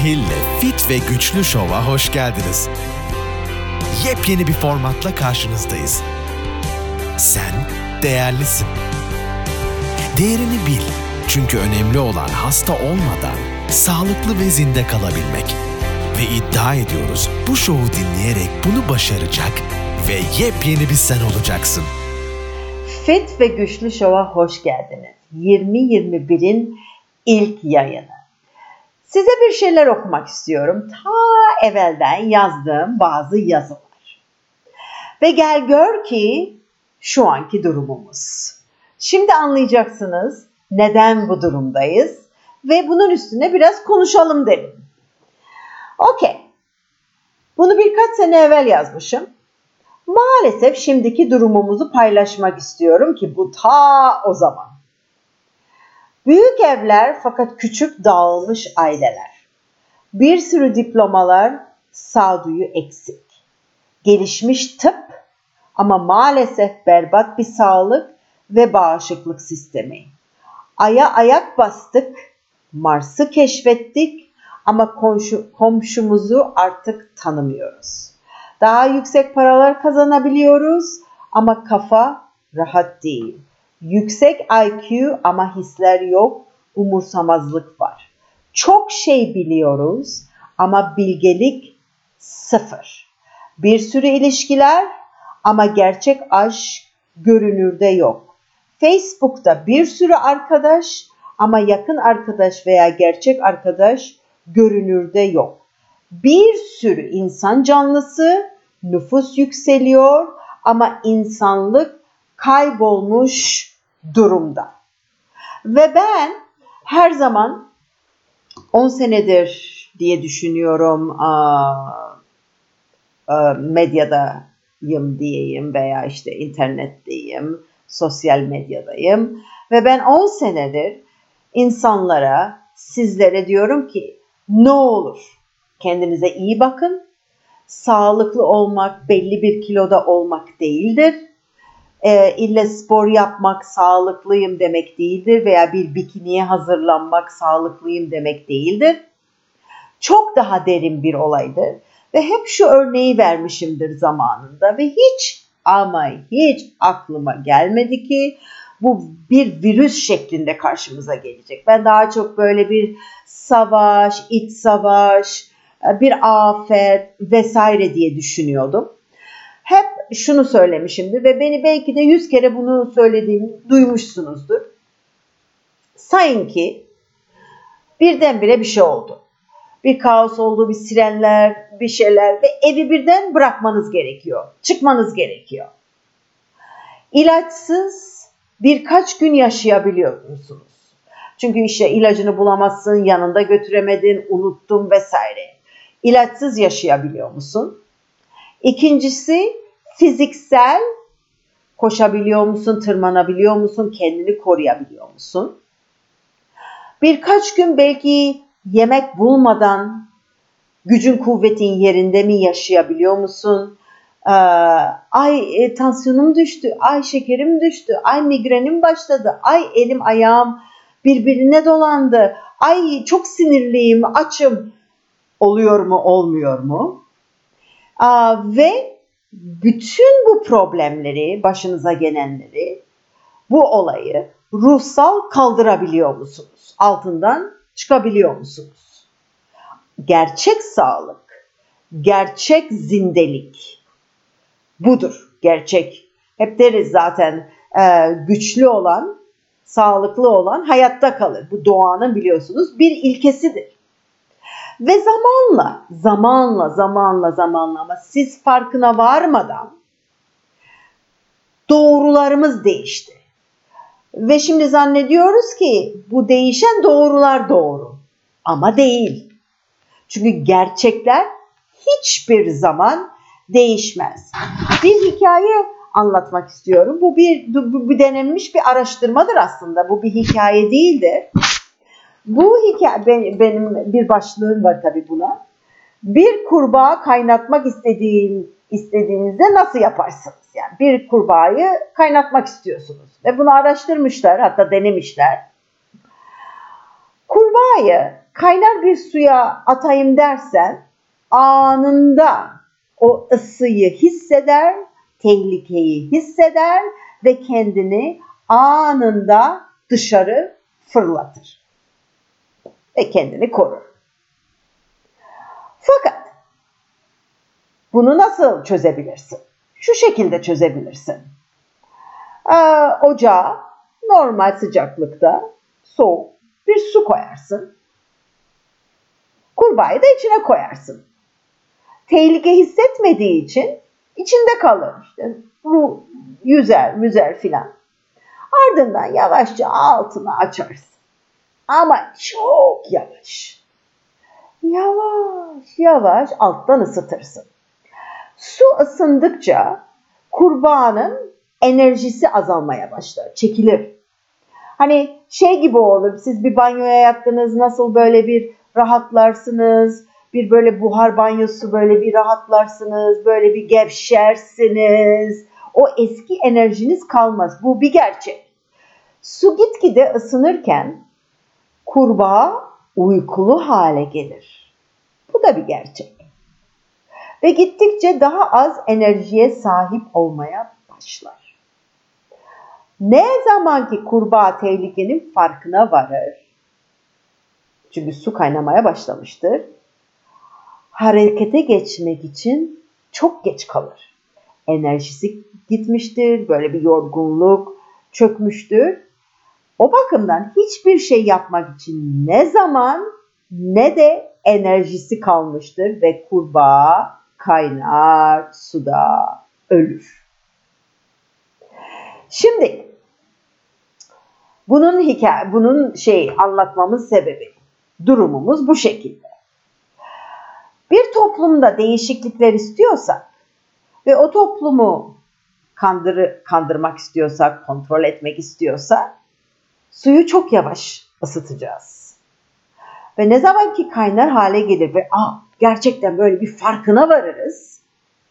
Nihil'le Fit ve Güçlü Şov'a hoş geldiniz. Yepyeni bir formatla karşınızdayız. Sen değerlisin. Değerini bil. Çünkü önemli olan hasta olmadan sağlıklı ve zinde kalabilmek. Ve iddia ediyoruz bu şovu dinleyerek bunu başaracak ve yepyeni bir sen olacaksın. Fit ve Güçlü Şov'a hoş geldiniz. 2021'in ilk yayını. Size bir şeyler okumak istiyorum. Ta evvelden yazdığım bazı yazılar. Ve gel gör ki şu anki durumumuz. Şimdi anlayacaksınız neden bu durumdayız ve bunun üstüne biraz konuşalım dedim. Okey. Bunu birkaç sene evvel yazmışım. Maalesef şimdiki durumumuzu paylaşmak istiyorum ki bu ta o zaman. Büyük evler fakat küçük dağılmış aileler. Bir sürü diplomalar, sağduyu eksik. Gelişmiş tıp ama maalesef berbat bir sağlık ve bağışıklık sistemi. Ay'a ayak bastık, Mars'ı keşfettik ama komşumuzu artık tanımıyoruz. Daha yüksek paralar kazanabiliyoruz ama kafa rahat değil. Yüksek IQ ama hisler yok, umursamazlık var. Çok şey biliyoruz ama bilgelik sıfır. Bir sürü ilişkiler ama gerçek aşk görünürde yok. Facebook'ta bir sürü arkadaş ama yakın arkadaş veya gerçek arkadaş görünürde yok. Bir sürü insan canlısı, nüfus yükseliyor ama insanlık kaybolmuş durumda. Ve ben her zaman 10 senedir diye düşünüyorum medyadayım diyeyim veya işte internetteyim, sosyal medyadayım. Ve ben 10 senedir insanlara, sizlere diyorum ki ne olur kendinize iyi bakın. Sağlıklı olmak belli bir kiloda olmak değildir. İlle spor yapmak sağlıklıyım demek değildir veya bir bikiniye hazırlanmak sağlıklıyım demek değildir. Çok daha derin bir olaydır ve hep şu örneği vermişimdir zamanında ve hiç aklıma gelmedi ki bu bir virüs şeklinde karşımıza gelecek. Ben daha çok böyle bir savaş, iç savaş, bir afet vesaire diye düşünüyordum. Hep şunu söylemişimdir ve beni belki de 100 kere bunu söylediğimi duymuşsunuzdur. Sanki birdenbire bir şey oldu. Bir kaos oldu, bir sirenler, bir şeyler ve evi birden bırakmanız gerekiyor. Çıkmanız gerekiyor. İlaçsız birkaç gün yaşayabiliyor musunuz? Çünkü işte ilacını bulamazsın, yanında götüremedin, unuttun vesaire. İlaçsız yaşayabiliyor musun? İkincisi fiziksel, koşabiliyor musun, tırmanabiliyor musun, kendini koruyabiliyor musun? Birkaç gün belki yemek bulmadan gücün kuvvetin yerinde mi yaşayabiliyor musun? Tansiyonum düştü, şekerim düştü, migrenim başladı, elim ayağım birbirine dolandı, çok sinirliyim, açım. Oluyor mu, olmuyor mu? Ve bütün bu problemleri, başınıza gelenleri, bu olayı ruhsal kaldırabiliyor musunuz? Altından çıkabiliyor musunuz? Gerçek sağlık, gerçek zindelik budur. Gerçek. Hep deriz zaten güçlü olan, sağlıklı olan hayatta kalır. Bu doğanın biliyorsunuz bir ilkesidir. Ve zamanla ama siz farkına varmadan doğrularımız değişti. Ve şimdi zannediyoruz ki bu değişen doğrular doğru. Ama değil. Çünkü gerçekler hiçbir zaman değişmez. Bir hikaye anlatmak istiyorum. Bu bir denenmiş bir araştırmadır aslında. Bu bir hikaye değildir. Bu hikaye, benim bir başlığım var tabii buna. Bir kurbağa kaynatmak istediğinizde nasıl yaparsınız? Yani bir kurbağayı kaynatmak istiyorsunuz. Ve bunu araştırmışlar, hatta denemişler. Kurbağayı Kaynar bir suya atayım dersen anında o ısıyı hisseder, tehlikeyi hisseder ve kendini anında dışarı fırlatır ve kendini korur. Fakat bunu nasıl çözebilirsin? Şu şekilde çözebilirsin. Ocağa normal sıcaklıkta soğuk bir su koyarsın. Kurbağayı da içine koyarsın. Tehlike hissetmediği için içinde kalır. İşte bu yüzer filan. Ardından yavaşça altını açarsın. Ama çok yavaş. Yavaş yavaş alttan ısıtırsın. Su ısındıkça kurbağanın enerjisi azalmaya başlar, çekilir. Hani şey gibi olur, siz bir banyoya yattınız, nasıl böyle bir rahatlarsınız, bir böyle buhar banyosu böyle bir rahatlarsınız, böyle bir gevşersiniz. O eski enerjiniz kalmaz, bu bir gerçek. Su gitgide ısınırken kurbağa uykulu hale gelir. Bu da bir gerçek. Ve gittikçe daha az enerjiye sahip olmaya başlar. Ne zaman ki kurbağa tehlikenin farkına varır, çünkü su kaynamaya başlamıştır, harekete geçmek için çok geç kalır. Enerjisi gitmiştir, böyle bir yorgunluk çökmüştür. O bakımdan hiçbir şey yapmak için ne zaman ne de enerjisi kalmıştır ve kurbağa kaynar suda ölür. Şimdi bunun anlatmamın sebebi, durumumuz bu şekilde. Bir toplumda değişiklikler istiyorsak ve o toplumu kandırmak istiyorsak, kontrol etmek istiyorsak suyu çok yavaş ısıtacağız. Ve ne zaman ki kaynar hale gelir ve gerçekten böyle bir farkına varırız.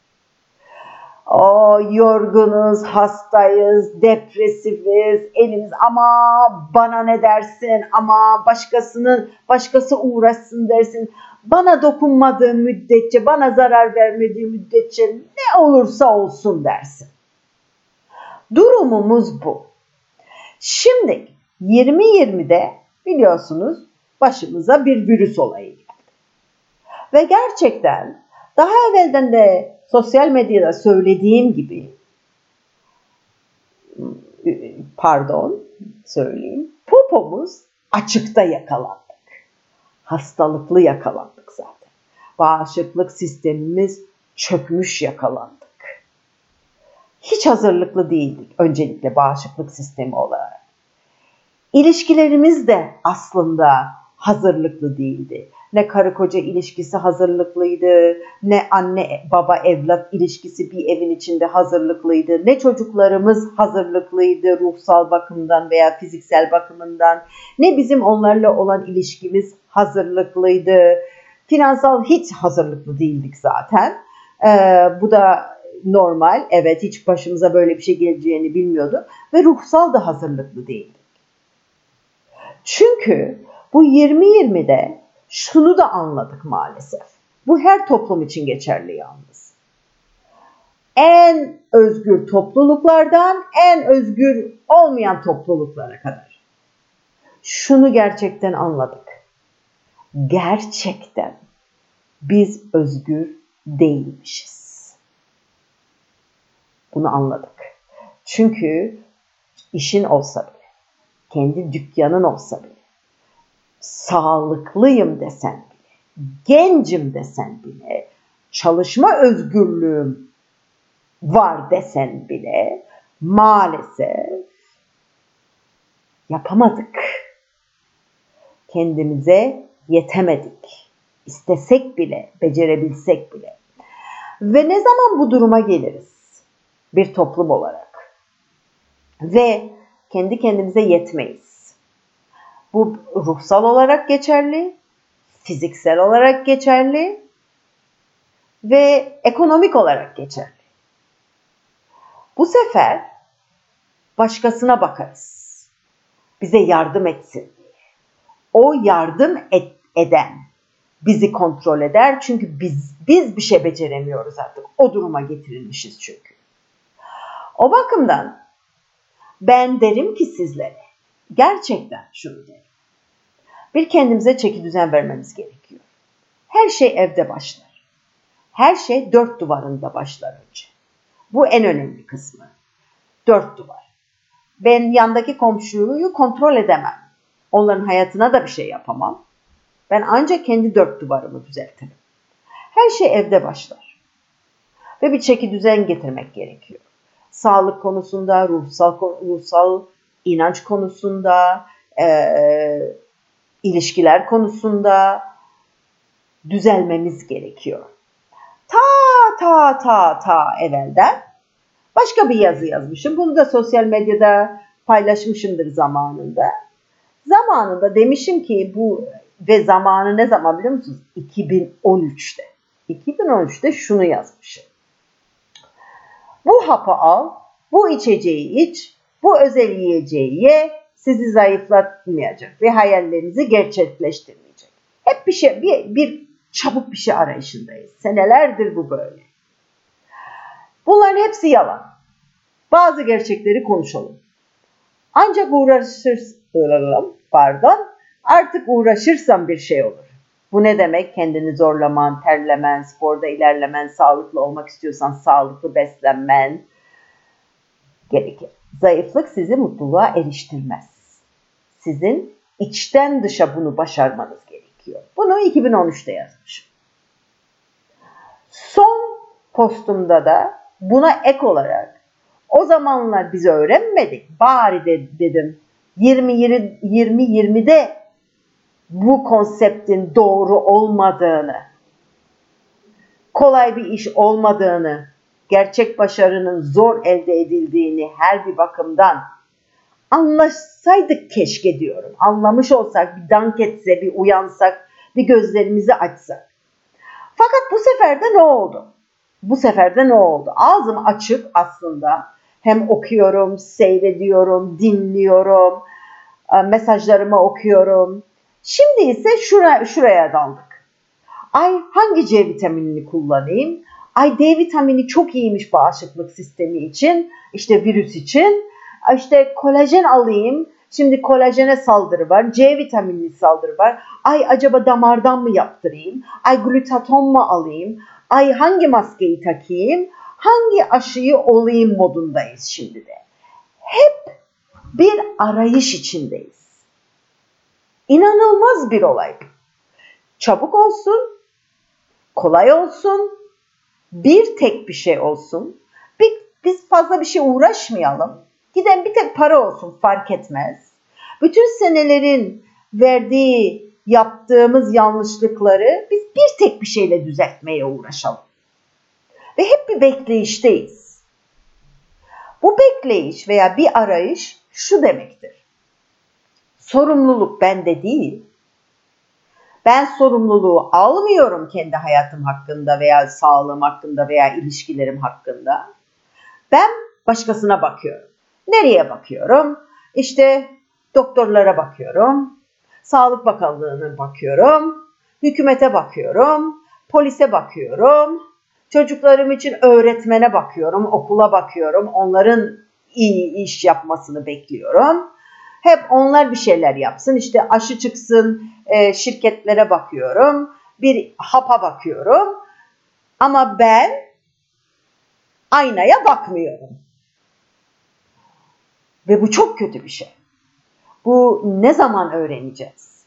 Yorgunuz, hastayız, depresifiz, elimiz ama bana ne dersin, ama başkası uğraşsın dersin. Bana dokunmadığı müddetçe, bana zarar vermediği müddetçe ne olursa olsun dersin. Durumumuz bu. Şimdi 2020'de biliyorsunuz başımıza bir virüs olayı geldi. Ve gerçekten daha evvelden de sosyal medyada söylediğim gibi, popomuz açıkta yakalandık. Hastalıklı yakalandık zaten. Bağışıklık sistemimiz çökmüş yakalandık. Hiç hazırlıklı değildik öncelikle bağışıklık sistemi olarak. İlişkilerimiz de aslında hazırlıklı değildi. Ne karı koca ilişkisi hazırlıklıydı, ne anne baba evlat ilişkisi bir evin içinde hazırlıklıydı, ne çocuklarımız hazırlıklıydı ruhsal bakımdan veya fiziksel bakımından, ne bizim onlarla olan ilişkimiz hazırlıklıydı. Finansal hiç hazırlıklı değildik zaten. Bu da normal, evet, hiç başımıza böyle bir şey geleceğini bilmiyorduk ve ruhsal da hazırlıklı değildik. Çünkü bu 2020'de şunu da anladık maalesef. Bu her toplum için geçerli yalnız. En özgür topluluklardan en özgür olmayan topluluklara kadar. Şunu gerçekten anladık. Gerçekten biz özgür değilmişiz. Bunu anladık. Çünkü işin olsa bile, kendi dükkanın olsa bile, sağlıklıyım desen bile, gencim desen bile, çalışma özgürlüğüm var desen bile maalesef yapamadık. Kendimize yetemedik. İstesek bile, becerebilsek bile. Ve ne zaman bu duruma geliriz? Bir toplum olarak. Ve kendi kendimize yetmeyiz. Bu ruhsal olarak geçerli, fiziksel olarak geçerli ve ekonomik olarak geçerli. Bu sefer başkasına bakarız. Bize yardım etsin diye. O yardım eden bizi kontrol eder. Çünkü biz bir şey beceremiyoruz artık. O duruma getirilmişiz çünkü. O bakımdan ben derim ki sizlere, gerçekten şunu derim. Bir kendimize çeki düzen vermemiz gerekiyor. Her şey evde başlar. Her şey dört duvarında başlar önce. Bu en önemli kısmı. Dört duvar. Ben yandaki komşuyu kontrol edemem. Onların hayatına da bir şey yapamam. Ben ancak kendi dört duvarımı düzeltirim. Her şey evde başlar. Ve bir çeki düzen getirmek gerekiyor. Sağlık konusunda, ruhsal inanç konusunda, ilişkiler konusunda düzelmemiz gerekiyor. Ta evvelden başka bir yazı yazmışım. Bunu da sosyal medyada paylaşmışımdır zamanında. Zamanında demişim ki ve zamanı ne zaman biliyor musunuz? 2013'te. 2013'te şunu yazmışım. Bu hapı al, bu içeceği iç, bu özel yiyeceği ye, sizi zayıflatmayacak ve hayallerinizi gerçekleştirmeyecek. Hep bir çabuk bir şey arayışındayız. Senelerdir bu böyle. Bunların hepsi yalan. Bazı gerçekleri konuşalım. Ancak artık uğraşırsam bir şey olur. Bu ne demek? Kendini zorlaman, terlemen, sporda ilerlemen, sağlıklı olmak istiyorsan sağlıklı beslenmen gerekir. Zayıflık sizi mutluluğa eriştirmez. Sizin içten dışa bunu başarmanız gerekiyor. Bunu 2013'te yazmışım. Son postumda da buna ek olarak o zamanlar biz öğrenmedik. Bari dedim 2020'de bu konseptin doğru olmadığını, kolay bir iş olmadığını, gerçek başarının zor elde edildiğini her bir bakımdan anlaşsaydık keşke diyorum. Anlamış olsak, bir dank etse, bir uyansak, bir gözlerimizi açsak. Fakat bu sefer de ne oldu? Ağzım açık aslında. Hem okuyorum, seyrediyorum, dinliyorum, mesajlarımı okuyorum. Şimdi ise şuraya daldık. Ay hangi C vitaminini kullanayım? Ay D vitamini çok iyiymiş bağışıklık sistemi için, işte virüs için. İşte kolajen alayım. Şimdi kolajene saldırı var. C vitaminine saldırı var. Ay acaba damardan mı yaptırayım? Ay glutaton mu alayım? Ay hangi maskeyi takayım? Hangi aşıyı olayım modundayız şimdi de. Hep bir arayış içindeyiz. İnanılmaz bir olay. Çabuk olsun, kolay olsun, tek bir şey olsun. Biz fazla bir şey uğraşmayalım. Giden bir tek para olsun fark etmez. Bütün senelerin verdiği, yaptığımız yanlışlıkları biz tek bir şeyle düzeltmeye uğraşalım. Ve hep bir bekleyişteyiz. Bu bekleyiş veya bir arayış şu demektir. Sorumluluk bende değil. Ben sorumluluğu almıyorum kendi hayatım hakkında veya sağlığım hakkında veya ilişkilerim hakkında. Ben başkasına bakıyorum. Nereye bakıyorum? İşte doktorlara bakıyorum. Sağlık Bakanlığı'na bakıyorum. Hükümete bakıyorum. Polise bakıyorum. Çocuklarım için öğretmene bakıyorum. Okula bakıyorum. Onların iyi iş yapmasını bekliyorum. Hep onlar bir şeyler yapsın. İşte aşı çıksın, şirketlere bakıyorum. Bir hapa bakıyorum. Ama ben aynaya bakmıyorum. Ve bu çok kötü bir şey. Bu ne zaman öğreneceğiz?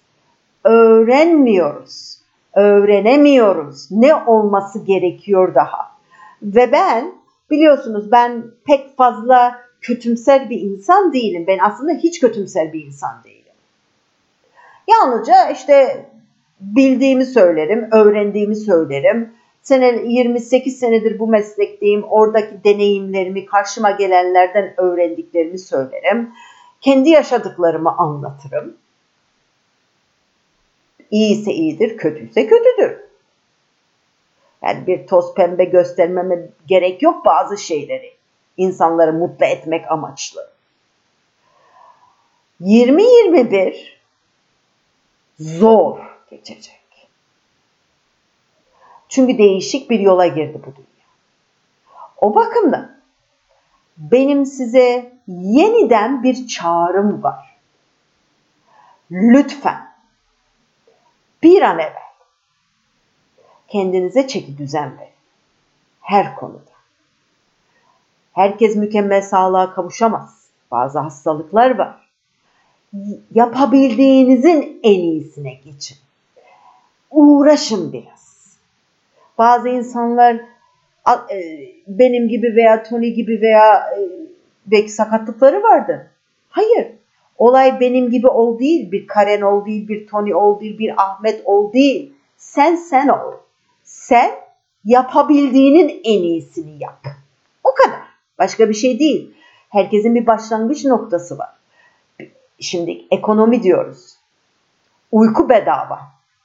Öğrenemiyoruz. Ne olması gerekiyor daha? Ve biliyorsunuz ben pek fazla kötümser bir insan değilim. Ben aslında hiç kötümser bir insan değilim. Yalnızca işte bildiğimi söylerim, öğrendiğimi söylerim. 28 senedir bu meslekteyim. Oradaki deneyimlerimi, karşıma gelenlerden öğrendiklerimi söylerim. Kendi yaşadıklarımı anlatırım. İyiyse iyidir, kötüyse kötüdür. Yani bir toz pembe göstermeme gerek yok bazı şeyleri. İnsanları mutlu etmek amaçlı. 2021 zor, geçecek. Çünkü değişik bir yola girdi bu dünya. O bakımdan benim size yeniden bir çağrım var. Lütfen bir an evvel kendinize çeki düzen verin. Her konuda. Herkes mükemmel sağlığa kavuşamaz. Bazı hastalıklar var. Yapabildiğinizin en iyisine geçin. Uğraşın biraz. Bazı insanlar benim gibi veya Tony gibi veya belki sakatlıkları vardı. Hayır. Olay benim gibi ol değil, bir Karen ol değil, bir Tony ol değil, bir Ahmet ol değil. Sen ol. Sen yapabildiğinin en iyisini yap. O kadar. Başka bir şey değil. Herkesin bir başlangıç noktası var. Şimdi ekonomi diyoruz. Uyku bedava.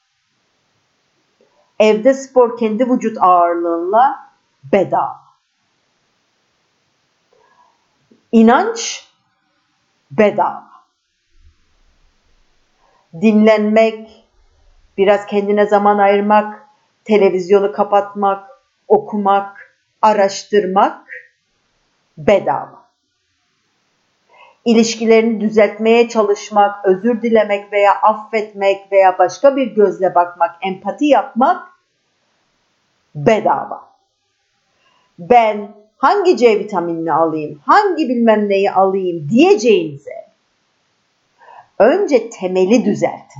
Evde spor kendi vücut ağırlığınla bedava. İnanç bedava. Dinlenmek, biraz kendine zaman ayırmak, televizyonu kapatmak, okumak, araştırmak bedava. İlişkilerini düzeltmeye çalışmak, özür dilemek veya affetmek veya başka bir gözle bakmak, empati yapmak bedava. Ben hangi C vitaminini alayım, hangi bilmem neyi alayım diyeceğinize önce temeli düzeltin.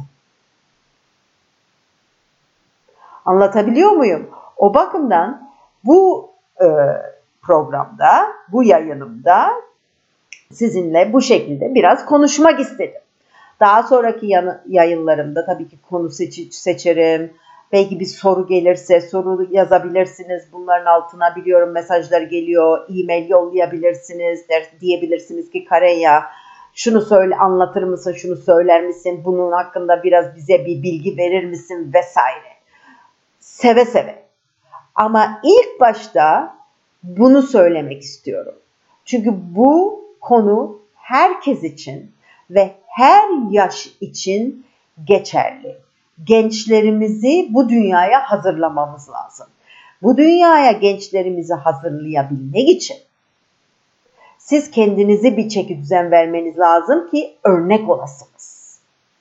Anlatabiliyor muyum? O bakımdan bu programda, bu yayınımda sizinle bu şekilde biraz konuşmak istedim. Daha sonraki yayınlarımda tabii ki konu seçerim. Belki bir soru gelirse soru yazabilirsiniz. Bunların altına biliyorum mesajlar geliyor. E-mail yollayabilirsiniz. Diyebilirsiniz ki Karenya şunu söyle, anlatır mısın, şunu söyler misin? Bunun hakkında biraz bize bir bilgi verir misin vesaire. Seve seve. Ama ilk başta bunu söylemek istiyorum. Çünkü bu konu herkes için ve her yaş için geçerli. Gençlerimizi bu dünyaya hazırlamamız lazım. Bu dünyaya gençlerimizi hazırlayabilmek için siz kendinizi bir çeki düzen vermeniz lazım ki örnek olasınız.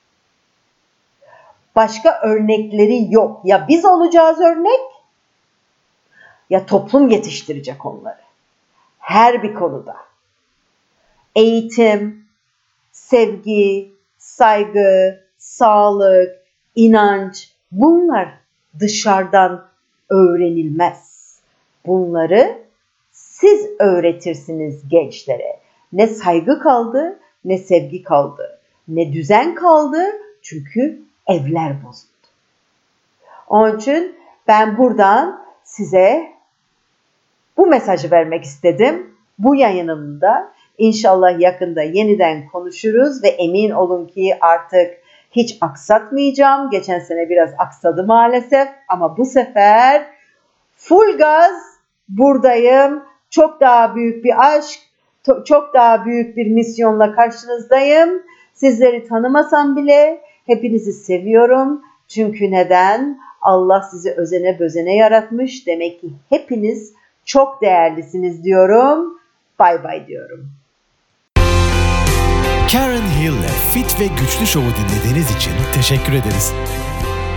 Başka örnekleri yok. Ya biz olacağız örnek ya toplum yetiştirecek onları. Her bir konuda. Eğitim, sevgi, saygı, sağlık, inanç bunlar dışarıdan öğrenilmez. Bunları siz öğretirsiniz gençlere. Ne saygı kaldı, ne sevgi kaldı, ne düzen kaldı çünkü evler bozuldu. Onun için ben buradan size bu mesajı vermek istedim. Bu yayınımda inşallah yakında yeniden konuşuruz ve emin olun ki artık hiç aksatmayacağım. Geçen sene biraz aksadı maalesef ama bu sefer full gaz buradayım. Çok daha büyük bir aşk, çok daha büyük bir misyonla karşınızdayım. Sizleri tanımasam bile hepinizi seviyorum. Çünkü neden? Allah sizi özene bözene yaratmış. Demek ki hepiniz çok değerlisiniz diyorum. Bay bay diyorum. Karen Hill'le Fit ve Güçlü Show'u dinlediğiniz için teşekkür ederiz.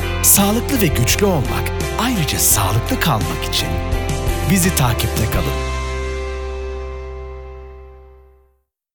Sağlıklı ve güçlü olmak, ayrıca sağlıklı kalmak için bizi takipte kalın.